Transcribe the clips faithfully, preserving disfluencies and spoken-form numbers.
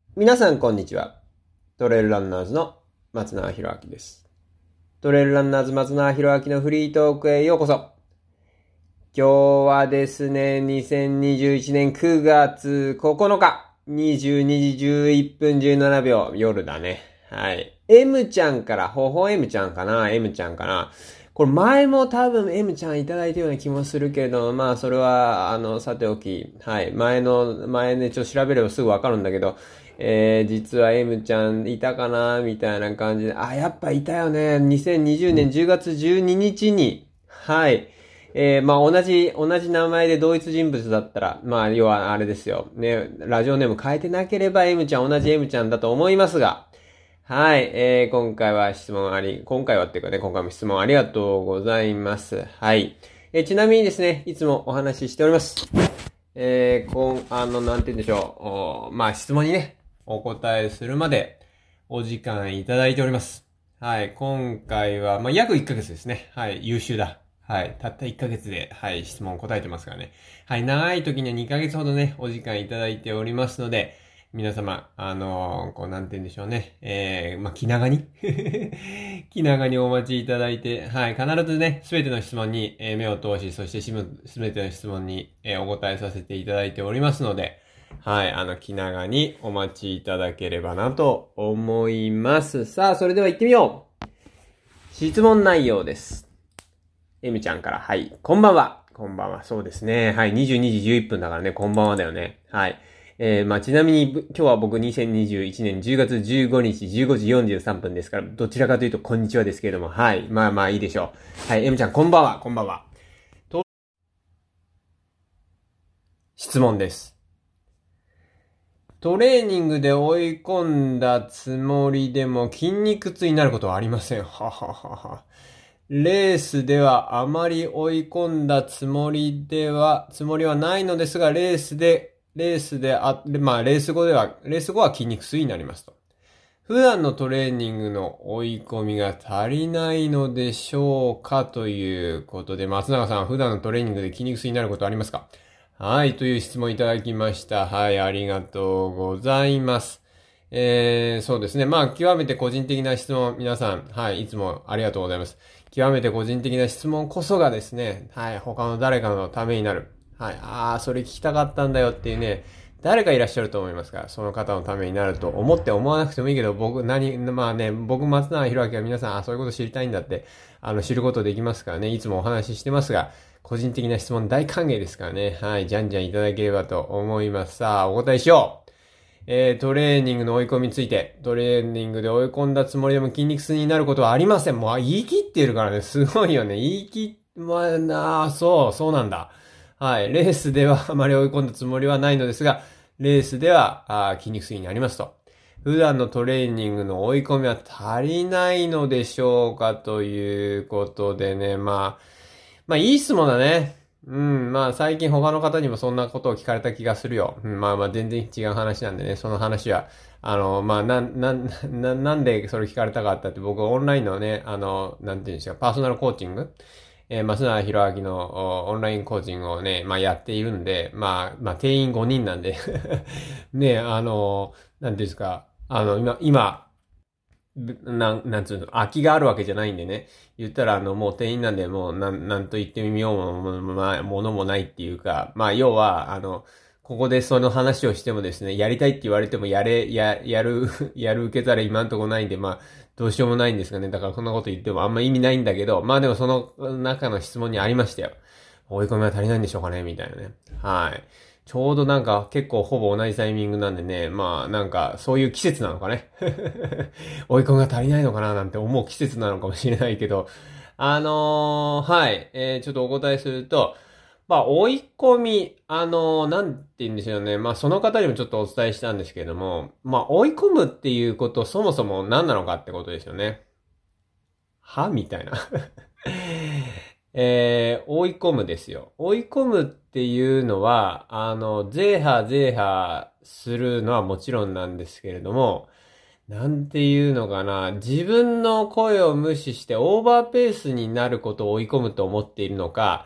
皆さんこんにちは。トレイルランナーズの松永博明です。トレイルランナーズ松永博明のフリートークへようこそ。今日はですね、にせんにじゅういちねんくがつここのか、にじゅうにじじゅういっぷんじゅうななびょう、夜だね。はい。M ちゃんから、ほほ M ちゃんかな ?M ちゃんかなこれ前も多分 M ちゃんいただいたような気もするけれども、まあそれは、あの、さておき、はい。前の、前ね、ちょっと調べればすぐわかるんだけど、えー、実は M ちゃんいたかなみたいな感じで、あ、やっぱいたよね。にせんにじゅうねんじゅうがつじゅうににちに、はい。えー、まあ同じ、同じ名前で同一人物だったら、まあ要はあれですよ。ね、ラジオネーム変えてなければ M ちゃん、同じ M ちゃんだと思いますが、はい、えー、今回は質問あり、今回はっていうかね、今回も質問ありがとうございます。はい。えー、ちなみにですね、いつもお話ししております。えー、こん、あの、なんて言うんでしょう。まあ質問にね、お答えするまでお時間いただいております。はい、今回は、まあ約いっかげつですね。はい、優秀だ。はい。たったいっかげつで、はい、質問答えてますからね。はい。長い時にはにかげつほどね、お時間いただいておりますので、皆様、あのー、こう、なんて言うんでしょうね。えー、まあ、気長に気長にお待ちいただいて、はい。必ずね、すべての質問に、えー、目を通し、そしてすべての質問に、えー、お答えさせていただいておりますので、はい。あの、気長にお待ちいただければなと思います。さあ、それでは行ってみよう。質問内容です。M ちゃんから、はい。こんばんは。こんばんは。そうですね。はい。にじゅうにじじゅういっぷんだからね、こんばんはだよね。はい。えー、まあ、ちなみに、今日は僕にせんにじゅういちねんじゅうがつじゅうごにちじゅうごじよんじゅうさんぷんですから、どちらかというと、こんにちはですけれども、はい。まあまあいいでしょう。はい。M ちゃん、こんばんは。こんばんは。と、質問です。トレーニングで追い込んだつもりでも筋肉痛になることはありません。はははは。レースではあまり追い込んだつもりでは、つもりはないのですが、レースで、レースであ、まあ、レース後では、レース後は筋肉痛になりますと。普段のトレーニングの追い込みが足りないのでしょうかということで、松永さん、普段のトレーニングで筋肉痛になることありますか？はい、という質問いただきました。はい、ありがとうございます。えー、そうですね。まあ、極めて個人的な質問、皆さん、はい、いつもありがとうございます。極めて個人的な質問こそがですね、はい、他の誰かのためになる。はい、あー、それ聞きたかったんだよっていうね、誰かいらっしゃると思いますから、その方のためになると思って思わなくてもいいけど、僕、何、まあね、僕、松永博明は皆さん、あ、そういうこと知りたいんだって、あの、知ることできますからね、いつもお話ししてますが、個人的な質問大歓迎ですからね、はい、じゃんじゃんいただければと思います。さあ、お答えしよう。えー、トレーニングの追い込みについて、トレーニングで追い込んだつもりでも筋肉痛になることはありません。もう言い切っているからね、すごいよね。言い切っ、まあなあ、そう、そうなんだ。はい。レースではあまり追い込んだつもりはないのですが、レースではあ筋肉痛になりますと。普段のトレーニングの追い込みは足りないのでしょうかということでね、まあ、まあいい質問だね。うん、まあ最近他の方にもそんなことを聞かれた気がするよ。うん、まあまあ全然違う話なんでね、その話は、あの、まあなん、なん、な、なんでそれ聞かれたかったって僕オンラインのね、あの、なんていうんですか、パーソナルコーチングえー、増永博明のオンラインコーチングをね、まあやっているんで、まあ、まあ定員ごにんなんでね、あの、なんていうんですか、あの、今、今、なん、なんつうの、空きがあるわけじゃないんでね。言ったら、あの、もう店員なんで、もう、なん、なんと言ってみようも、まあ、ものもないっていうか、まあ、要は、あの、ここでその話をしてもですね、やりたいって言われても、やれ、や、やる、やる受けたら今んとこないんで、まあ、どうしようもないんですかね。だから、そんなこと言ってもあんま意味ないんだけど、まあでもその中の質問にありましたよ。追い込みは足りないんでしょうかねみたいなね。はい。ちょうどなんか結構ほぼ同じタイミングなんでね、まあなんかそういう季節なのかね。追い込みが足りないのかななんて思う季節なのかもしれないけど、あのー、はい、えー、ちょっとお答えすると、まあ追い込み、あのー、なんて言うんでしょうね。まあその方にもちょっとお伝えしたんですけれども、まあ追い込むっていうことそもそも何なのかってことですよね。はみたいな。えー、追い込むですよ。追い込むっていうのは、あの、ゼーハーゼーハーするのはもちろんなんですけれども、なんていうのかな、自分の声を無視してオーバーペースになることを追い込むと思っているのか、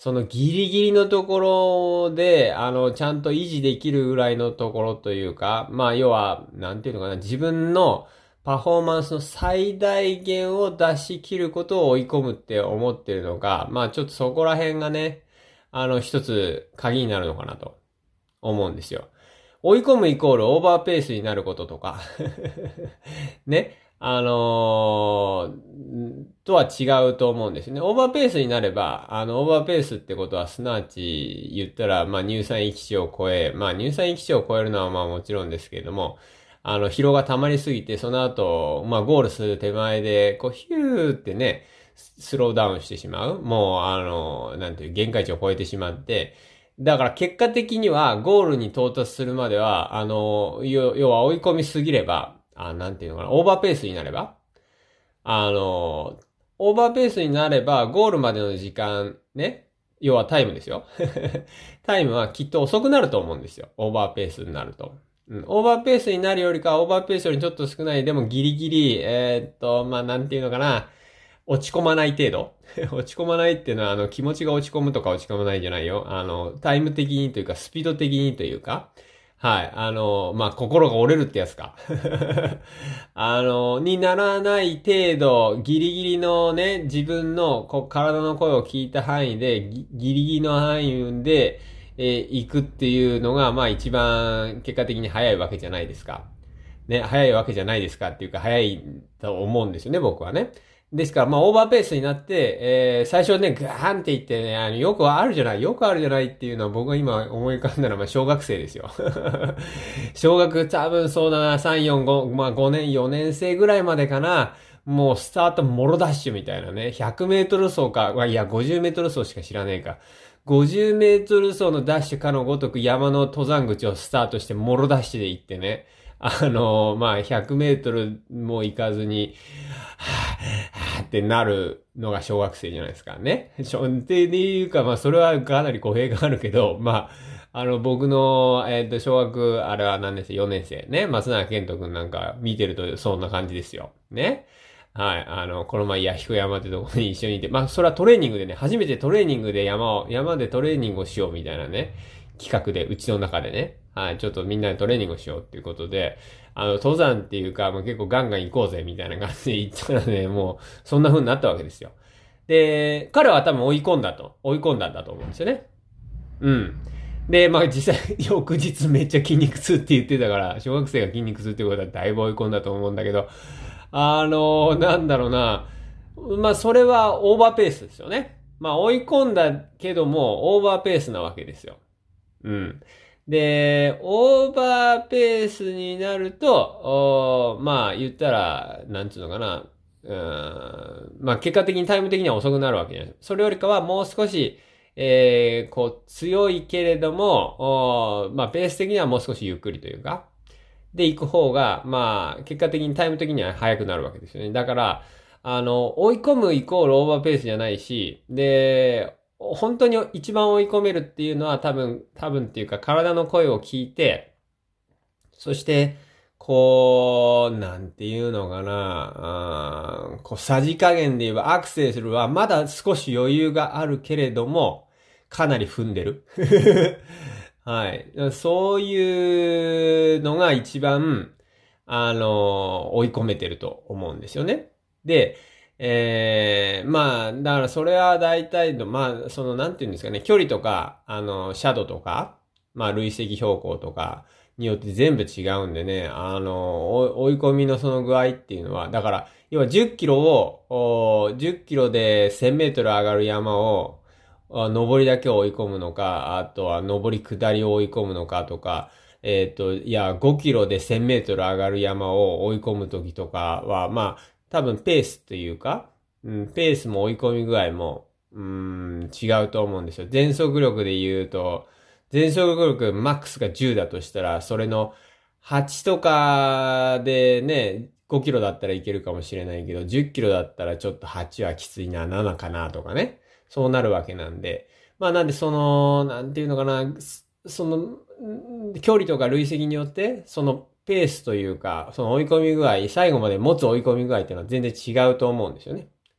そのギリギリのところで、あの、ちゃんと維持できるぐらいのところというか、まあ、要は、なんていうのかな、自分のパフォーマンスの最大限を出し切ることを追い込むって思ってるのが、まあ、ちょっとそこら辺がね、あの、一つ鍵になるのかなと思うんですよ。追い込むイコールオーバーペースになることとかね。あのー、とは違うと思うんですね。オーバーペースになれば、あの、オーバーペースってことは、すなわち言ったら、まあ、乳酸液値を超え、まあ、乳酸液値を超えるのはまあもちろんですけれども、あの、疲労が溜まりすぎて、その後、まあ、ゴールする手前で、こう、ヒューってね、スローダウンしてしまう。もう、あの、なんていう、限界値を超えてしまって、だから結果的にはゴールに到達するまでは、あの、要は追い込みすぎれば、あ、なんていうのかな、オーバーペースになれば、あの、オーバーペースになれば、ゴールまでの時間、ね、要はタイムですよ。タイムはきっと遅くなると思うんですよ。オーバーペースになると。うん、オーバーペースになるよりか、オーバーペースよりちょっと少ない、でもギリギリ、えー、っと、まあ、なんていうのかな、落ち込まない程度落ち込まないっていうのは、あの、気持ちが落ち込むとか落ち込まないじゃないよ。あの、タイム的にというか、スピード的にというか、はい。あの、まあ、心が折れるってやつか。あの、にならない程度、ギリギリのね、自分のこう体の声を聞いた範囲で、ギギリギリの範囲で、えー行くっていうのが、まあ一番結果的に早いわけじゃないですか。ね、早いわけじゃないですかっていうか、早いと思うんですよね、僕はね。ですから、まあ、オーバーペースになって、えー、最初ね、ガーンって言ってね、あの、よくあるじゃない、よくあるじゃないっていうのは僕が今思い浮かんだのは、まあ、小学生ですよ。小学多分そうだな、さん、よん、ご、まあ、ごねん、よねん生ぐらいまでかな、もうスタートもろダッシュみたいなね、ひゃくメートル走か、いや、ごじゅうメートル走しか知らねえか。ごじゅうメートル走のダッシュかのごとく山の登山口をスタートしてもろダッシュで行ってね、あの、まあ、ひゃくメートルも行かずに、はぁ、はぁってなるのが小学生じゃないですかね。しょっていうか、まあ、それはかなり語弊があるけど、まあ、あの、僕の、えっと、小学、あれは何年生 ?よ 年生ね。松永健人くんなんか見てるとそんな感じですよ。ね。はい。あの、この前、弥彦山ってとこに一緒にいて、まあ、それはトレーニングでね、初めてトレーニングで山を、山でトレーニングをしようみたいなね、企画で、うちの中でね、はい、ちょっとみんなでトレーニングをしようっていうことで、あの、登山っていうか、もう結構ガンガン行こうぜみたいな感じで行ったらね、もう、そんな風になったわけですよ。で、彼は多分追い込んだと、追い込んだんだと思うんですよね。うん。で、まあ実際、翌日めっちゃ筋肉痛って言ってたから、小学生が筋肉痛ってことはだいぶ追い込んだと思うんだけど、あの、なんだろうな。まあ、それはオーバーペースですよね。まあ、追い込んだけども、オーバーペースなわけですよ。うん。で、オーバーペースになると、おまあ、言ったら、なんつうのかな。うん、まあ、結果的にタイム的には遅くなるわけじゃない。それよりかはもう少し、えー、こう、強いけれども、おまあ、ペース的にはもう少しゆっくりというか、で行く方が、まあ、結果的にタイム的には速くなるわけですよね。だから、あの、追い込むイコールオーバーペースじゃないし、で、本当に一番追い込めるっていうのは多分、多分っていうか体の声を聞いて、そして、こう、なんていうのかな、あーこう、さじ加減で言えばアクセルはまだ少し余裕があるけれども、かなり踏んでる。はい。そういうのが一番、あの、追い込めてると思うんですよね。で、えー、まあ、だからそれは大体の、まあ、その、なんていうんですかね、距離とか、あの、斜度とか、まあ、累積標高とかによって全部違うんでね、あの、追い込みのその具合っていうのは、だから、要はじゅっキロを、じゅっキロでせんメートル上がる山を、上りだけを追い込むのか、あとは上り下りを追い込むのかとか、えっと、いや、ごキロでせんメートル上がる山を追い込むときとかは、まあ、多分ペースっていうか、うん、ペースも追い込み具合も、うん、違うと思うんですよ。全速力で言うと、全速力マックスがじゅうだとしたら、それのはちとかでね、ごキロだったらいけるかもしれないけど、じゅっキロだったらちょっとはちはきついな、ななかなとかね。そうなるわけなんで。まあなんでその、なんていうのかな、その、距離とか累積によって、そのペースというか、その追い込み具合、最後まで持つ追い込み具合っていうのは全然違うと思うんですよね。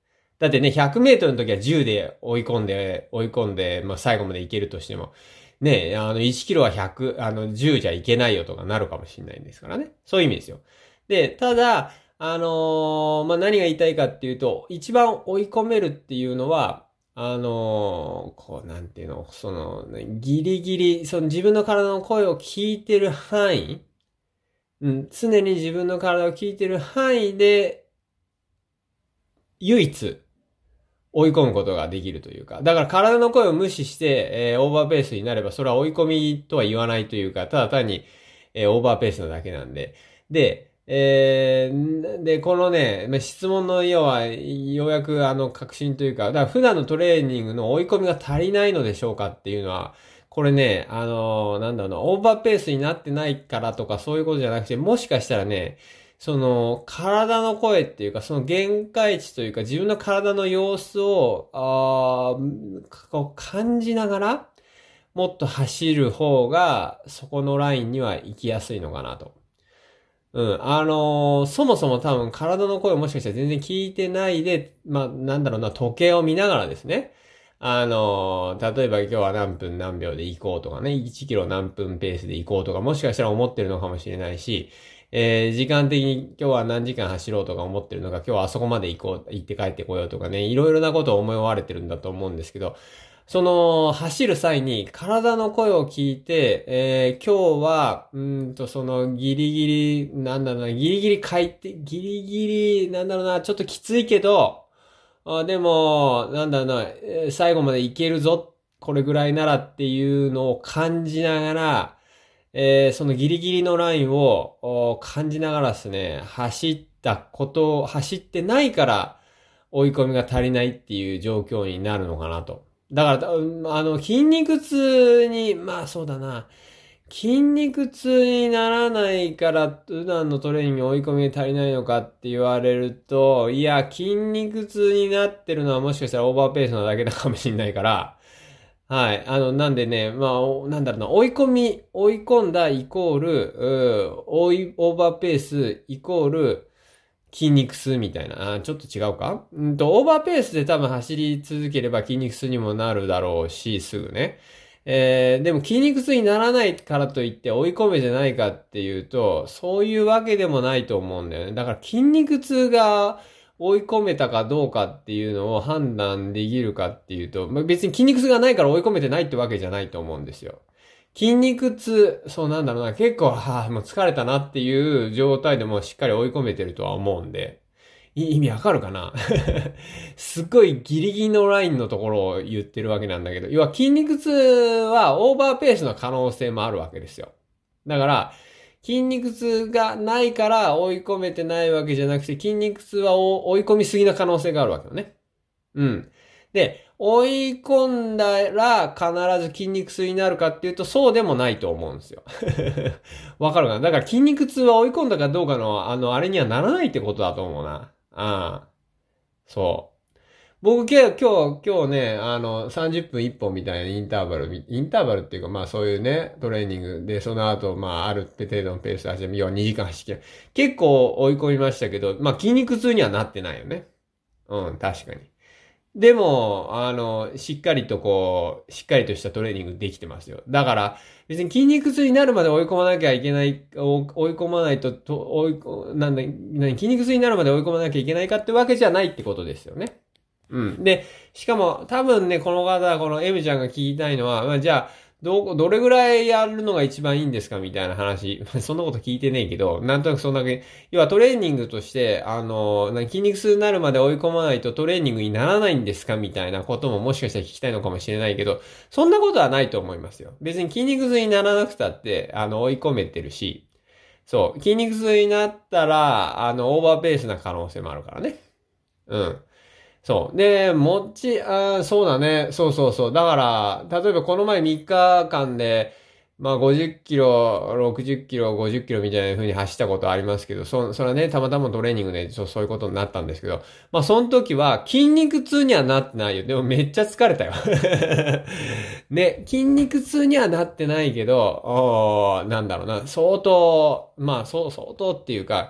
だってね、ひゃくメートルの時はじゅうで追い込んで、追い込んで、まあ最後までいけるとしても、ね、あのいちキロはひゃく、あのじゅうじゃいけないよとかなるかもしれないんですからね。そういう意味ですよ。で、ただ、あのーまあ、何が言いたいかっていうと、一番追い込めるっていうのは、あのーこう、なんていうの、その、ギリギリ、その自分の体の声を聞いてる範囲、うん、常に自分の体を聞いてる範囲で、唯一、追い込むことができるというか。だから体の声を無視して、えー、オーバーペースになれば、それは追い込みとは言わないというか、ただ単に、えー、オーバーペースなだけなんで。で、えー、で、このね、質問の要は、ようやくあの、確信というか、だから普段のトレーニングの追い込みが足りないのでしょうかっていうのは、これね、あのー、なんだろうな、オーバーペースになってないからとかそういうことじゃなくて、もしかしたらね、その、体の声っていうか、その限界値というか、自分の体の様子を、あこう感じながら、もっと走る方が、そこのラインには行きやすいのかなと。うん。あのーそもそも多分体の声をもしかしたら全然聞いてないで、まあ、なんだろうな、時計を見ながらですね。あのー例えば今日は何分何秒で行こうとかね、いちキロ何分ペースで行こうとか、もしかしたら思ってるのかもしれないし、えー、時間的に今日は何時間走ろうとか思ってるのか、今日はあそこまで行こう、行って帰ってこようとかね、いろいろなことを思いわれてるんだと思うんですけど、その、走る際に体の声を聞いて、えー、今日は、うんと、その、ギリギリ、なんだろうな、ギリギリ書いて、ギリギリ、なんだろうな、ちょっときついけど、あでも、なんだろうな、えー最後までいけるぞ、これぐらいならっていうのを感じながら、えーそのギリギリのラインをお感じながらですね、走ったことを、走ってないから追い込みが足りないっていう状況になるのかなと。だから、うんあの、筋肉痛に、まあそうだな、筋肉痛にならないから普段のトレーニングに追い込みが足りないのかって言われると、いや、筋肉痛になってるのはもしかしたらオーバーペースなだけだかもしれないから、はい。あの、なんでね、まあ、おなんだろうな、追い込み、追い込んだイコール、うー追い、オーバーペースイコール筋肉痛みたいな。あちょっと違うかうんと、オーバーペースで多分走り続ければ筋肉痛にもなるだろうし、すぐね。えー、でも筋肉痛にならないからといって追い込めてないかっていうと、そういうわけでもないと思うんだよね。だから筋肉痛が追い込めたかどうかっていうのを判断できるかっていうと、まあ、別に筋肉痛がないから追い込めてないってわけじゃないと思うんですよ。筋肉痛、そうなんだろうな、結構、はあ、もう疲れたなっていう状態でもしっかり追い込めてるとは思うんで、い意味わかるかなすっごいギリギリのラインのところを言ってるわけなんだけど、要は筋肉痛はオーバーペースの可能性もあるわけですよ。だから、筋肉痛がないから追い込めてないわけじゃなくて、筋肉痛は追い込みすぎな可能性があるわけよね。うん。で、追い込んだら必ず筋肉痛になるかっていうと、そうでもないと思うんですよ。わかるかな。だから筋肉痛は追い込んだかどうかの、あの、あれにはならないってことだと思うな。ああ。そう。僕、今日、今日、今日ね、あの、さんじゅっぷんいっぽんみたいなインターバル、インターバルっていうか、まあそういうね、トレーニングで、その後、まあある程度のペースで走る、要はにじかん走って、結構追い込みましたけど、まあ筋肉痛にはなってないよね。うん、確かに。でも、あの、しっかりとこう、しっかりとしたトレーニングできてますよ。だから、別に筋肉痛になるまで追い込まなきゃいけない、追い込まないと、と追い、なんだ、何、筋肉痛になるまで追い込まなきゃいけないかってわけじゃないってことですよね。うん。で、しかも、多分ね、この方、この M ちゃんが聞きたいのは、まあ、じゃあ、ど、どれぐらいやるのが一番いいんですかみたいな話。そんなこと聞いてねえけど、なんとなくそんだけ、要はトレーニングとして、あの、筋肉痛になるまで追い込まないとトレーニングにならないんですかみたいなことももしかしたら聞きたいのかもしれないけど、そんなことはないと思いますよ。別に筋肉痛にならなくたって、あの、追い込めてるし、そう、筋肉痛になったら、あの、オーバーペースな可能性もあるからね。うん。そう。で、もち、あーそうだね。そうそうそう。だから、例えばこの前みっかかんで、まあごじゅっキロ、ろくじゅっキロ、ごじゅっキロみたいな風に走ったことありますけど、そ、それはね、たまたまトレーニングでそうそういうことになったんですけど、まあその時は筋肉痛にはなってないよ。でもめっちゃ疲れたよ。ね、筋肉痛にはなってないけど、おーなんだろうな、相当、まあそう、相当っていうか、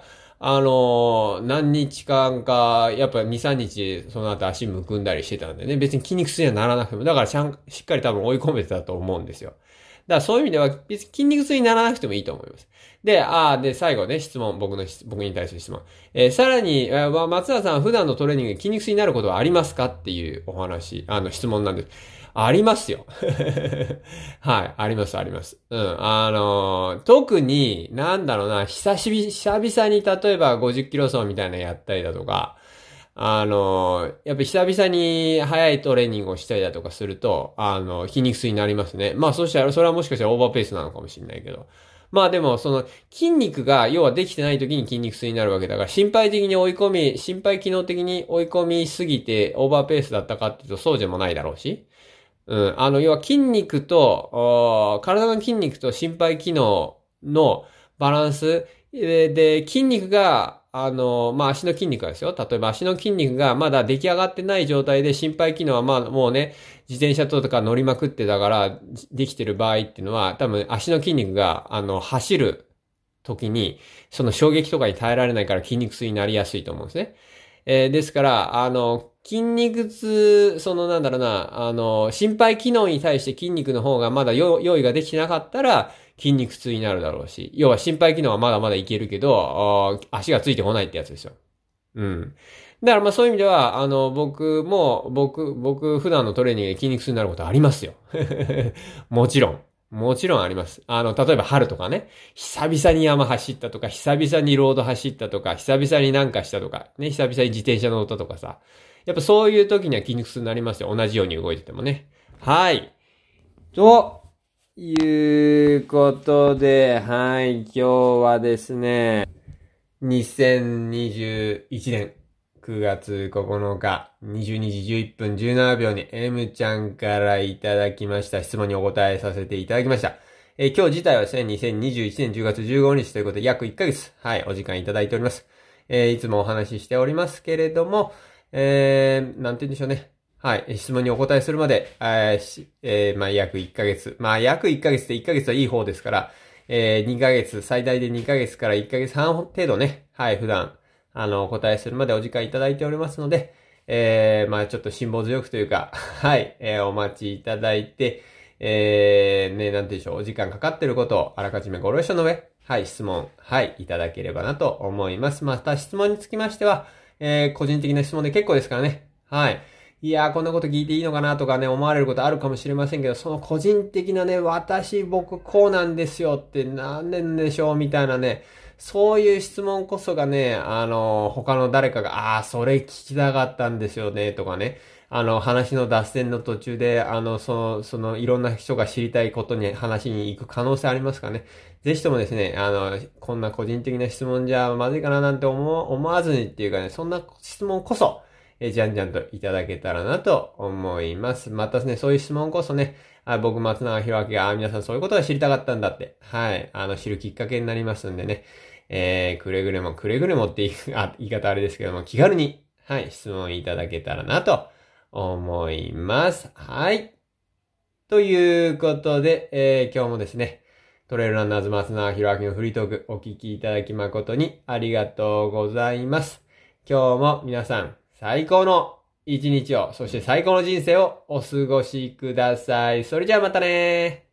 あのー、何日間か、やっぱに、さんにちその後足むくんだりしてたんでね、別に筋肉痛にはならなくても、だからちゃん、しっかり多分追い込めてたと思うんですよ。だからそういう意味では、別に筋肉痛にならなくてもいいと思います。で、ああ、で、最後ね、質問、僕の、僕に対する質問。えー、さらに、えー、松田さん、普段のトレーニングで筋肉痛になることはありますかっていうお話、あの、質問なんです。ありますよ。はい、あります、あります。うん。あのー、特に、なんだろうな、久しぶり、久々に例えばごじゅっキロ走みたいなのやったりだとか、あのー、やっぱり久々に速いトレーニングをしたりだとかすると、あの、筋肉痛になりますね。まあ、そしたら、それはもしかしたらオーバーペースなのかもしれないけど。まあでも、その、筋肉が、要はできてない時に筋肉痛になるわけだから、心配的に追い込み、心配機能的に追い込みすぎて、オーバーペースだったかっていうと、そうでもないだろうし。うん。あの、要は筋肉と、体の筋肉と心肺機能のバランスで、で筋肉が、あの、まあ、足の筋肉がですよ。例えば足の筋肉がまだ出来上がってない状態で心肺機能はまあ、もうね、自転車とか乗りまくってたから、できてる場合っていうのは、多分足の筋肉が、あの、走る時に、その衝撃とかに耐えられないから筋肉痛になりやすいと思うんですね。えー、ですから、あの、筋肉痛、そのなんだろうな、あの、心肺機能に対して筋肉の方がまだ用意ができてなかったら、筋肉痛になるだろうし、要は心肺機能はまだまだいけるけど、足がついてこないってやつですよ。うん。だからまあそういう意味では、あの、僕も、僕、僕、普段のトレーニングで筋肉痛になることありますよ。もちろん。もちろんあります。あの、例えば春とかね、久々に山走ったとか、久々にロード走ったとか、久々になんかしたとか、ね、久々に自転車乗ったとかさ。やっぱそういう時には筋肉痛になりますよ。同じように動いててもね。はい。ということで、はい、今日はですね、にせんにじゅういちねんくがつここのか、にじゅうにじじゅういっぷんじゅうななびょうに M ちゃんからいただきました質問にお答えさせていただきました。えー、今日自体はですね、にせんにじゅういちねんじゅうがつじゅうごにちということで約いっかげつ、はい、お時間いただいております。えー、いつもお話ししておりますけれども、えー、なんて言うんでしょうね。はい。質問にお答えするまで、えー、えー、まあ、約いっかげつ。まあ、約いっかげつっていっかげつはいい方ですから、えー、にかげつ、最大でにかげつからいっかげつはん程度ね、はい、普段、あの、お答えするまでお時間いただいておりますので、えー、まあ、ちょっと辛抱強くというか、はい、えー、お待ちいただいて、えー、ね、なんて言うんでしょう、お時間かかってることをあらかじめご了承の上、はい、質問、はい、いただければなと思います。また質問につきましては、えー、個人的な質問で結構ですからね、はい。いやー、こんなこと聞いていいのかなとかね、思われることあるかもしれませんけど、その個人的なね、私、僕、こうなんですよって何年でしょうみたいなね、そういう質問こそがね、あの、他の誰かが、ああ、それ聞きたかったんですよね、とかね、あの、話の脱線の途中で、あの、その、その、いろんな人が知りたいことに、話に行く可能性ありますからね。ぜひともですね、あの、こんな個人的な質問じゃまずいかななんて思思わずにっていうかね、そんな質問こそ、えじゃんじゃんといただけたらなと思います。またですね、そういう質問こそね、あ僕、松永博明が、あ皆さんそういうことが知りたかったんだって、はい、あの、知るきっかけになりますんでね、えー、くれぐれも、くれぐれもって言いあ言い方あれですけども、気軽に、はい、質問いただけたらなと思います。はい。ということで、えー、今日もですね、トレイルランナーズ松永博明のフリートークお聞きいただき誠にありがとうございます。今日も皆さん最高の一日を、そして最高の人生をお過ごしください。それじゃあまたねー。